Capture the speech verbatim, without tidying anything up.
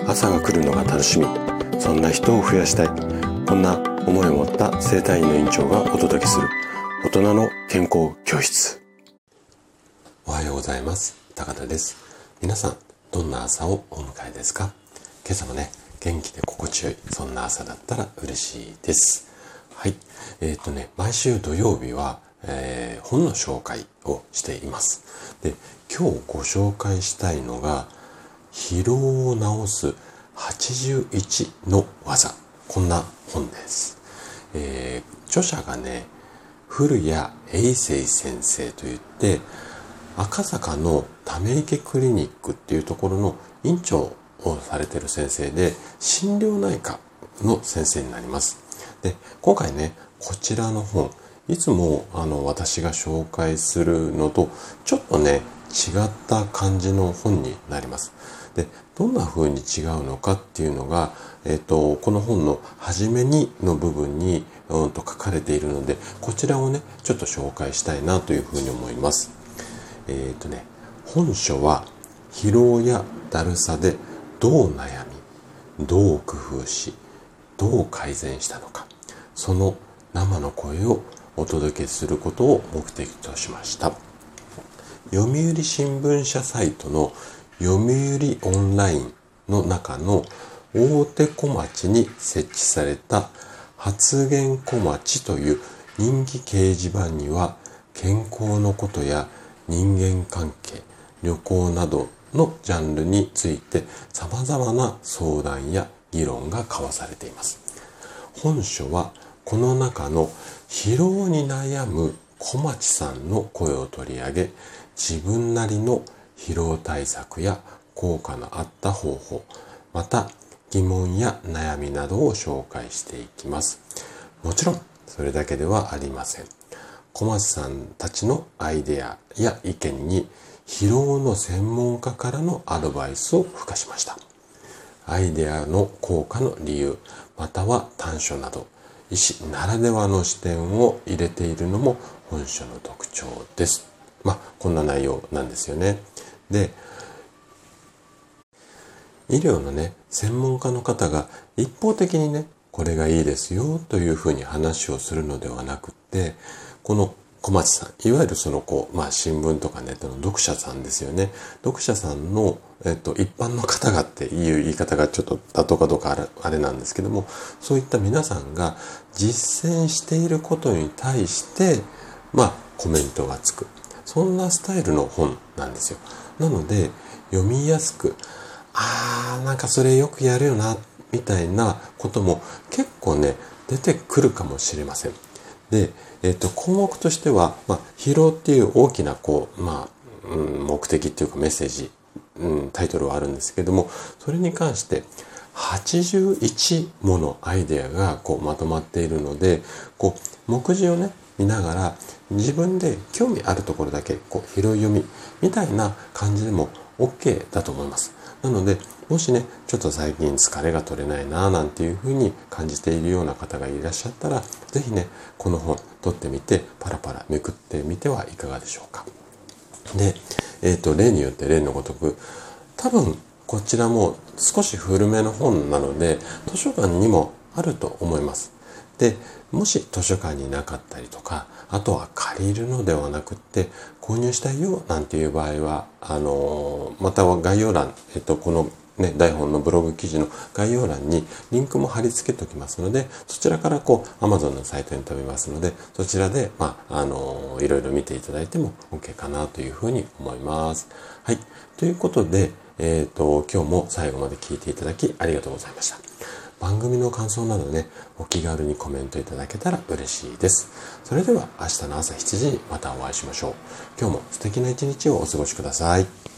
朝が来るのが楽しみ、そんな人を増やしたい、こんな思いを持った整体院の院長がお届けする大人の健康教室。おはようございます。高田です。皆さんどんな朝をお迎えですか？今朝もね、元気で心地よい、そんな朝だったら嬉しいです。はい、えっとね毎週土曜日は、えー、本の紹介をしています。で、今日ご紹介したいのが疲労を治すはちじゅういちの技、こんな本です。えー、著者がね古谷栄生先生といって、赤坂のため池クリニックっていうところの院長をされている先生で、心療内科の先生になります。で、今回ねこちらの本、いつもあの私が紹介するのとちょっとね違った感じの本になります。で、どんな風に違うのかっていうのが、えっと、この本の初めにの部分に、うん、と書かれているので、こちらをねちょっと紹介したいなというふうに思います。えっとね本書は疲労やだるさでどう悩み、どう工夫し、どう改善したのか、その生の声をお届けすることを目的としました。読売新聞社サイトの読売オンラインの中の大手小町に設置された発言小町という人気掲示板には、健康のことや人間関係、旅行などのジャンルについて様々な相談や議論が交わされています。本書はこの中の疲労に悩む小町さんの声を取り上げ、自分なりの疲労対策や効果のあった方法、また疑問や悩みなどを紹介していきます。もちろんそれだけではありません。小町さんたちのアイデアや意見に疲労の専門家からのアドバイスを付加しました。アイデアの効果の理由、または短所など、医師ならではの視点を入れているのも本書の特徴です。まあ、こんな内容なんですよね。で、医療のね、専門家の方が一方的にね、これがいいですよというふうに話をするのではなくって、この小町さん、いわゆるそのこう、まあ新聞とかネットの読者さんですよね。読者さんの、えっと、一般の方がっていう言い方がちょっと妥当かどうかあれ、あれなんですけども、そういった皆さんが実践していることに対して、まあコメントがつく。そんなスタイルの本なんですよ。なので、読みやすく、あーなんかそれよくやるよなみたいなことも結構ね出てくるかもしれません。で、えっと項目としては、まあ、疲労っていう大きなこう、まあうん、目的っていうかメッセージ、うん、タイトルはあるんですけども、それに関してはちじゅういちものアイデアがこうまとまっているので、こう目次をね見ながら自分で興味あるところだけこう拾い読みみたいな感じでも OK だと思います。なので、もしね、ちょっと最近疲れが取れないなぁなんていうふうに感じているような方がいらっしゃったら、ぜひね、この本取ってみて、パラパラめくってみてはいかがでしょうか。で、えっと、例によって例のごとく、多分こちらも少し古めの本なので、図書館にもあると思います。で、もし図書館になかったりとか、あとは借りるのではなくって購入したいよなんていう場合は、あのまたは概要欄、えっとこのね台本のブログ記事の概要欄にリンクも貼り付けておきますので、そちらからこう Amazon のサイトに飛びますので、そちらでまああのいろいろ見ていただいても OK かなというふうに思います。はい、ということで、えっと今日も最後まで聞いていただきありがとうございました。番組の感想などね、お気軽にコメントいただけたら嬉しいです。それでは明日の朝しちじにまたお会いしましょう。今日も素敵な一日をお過ごしください。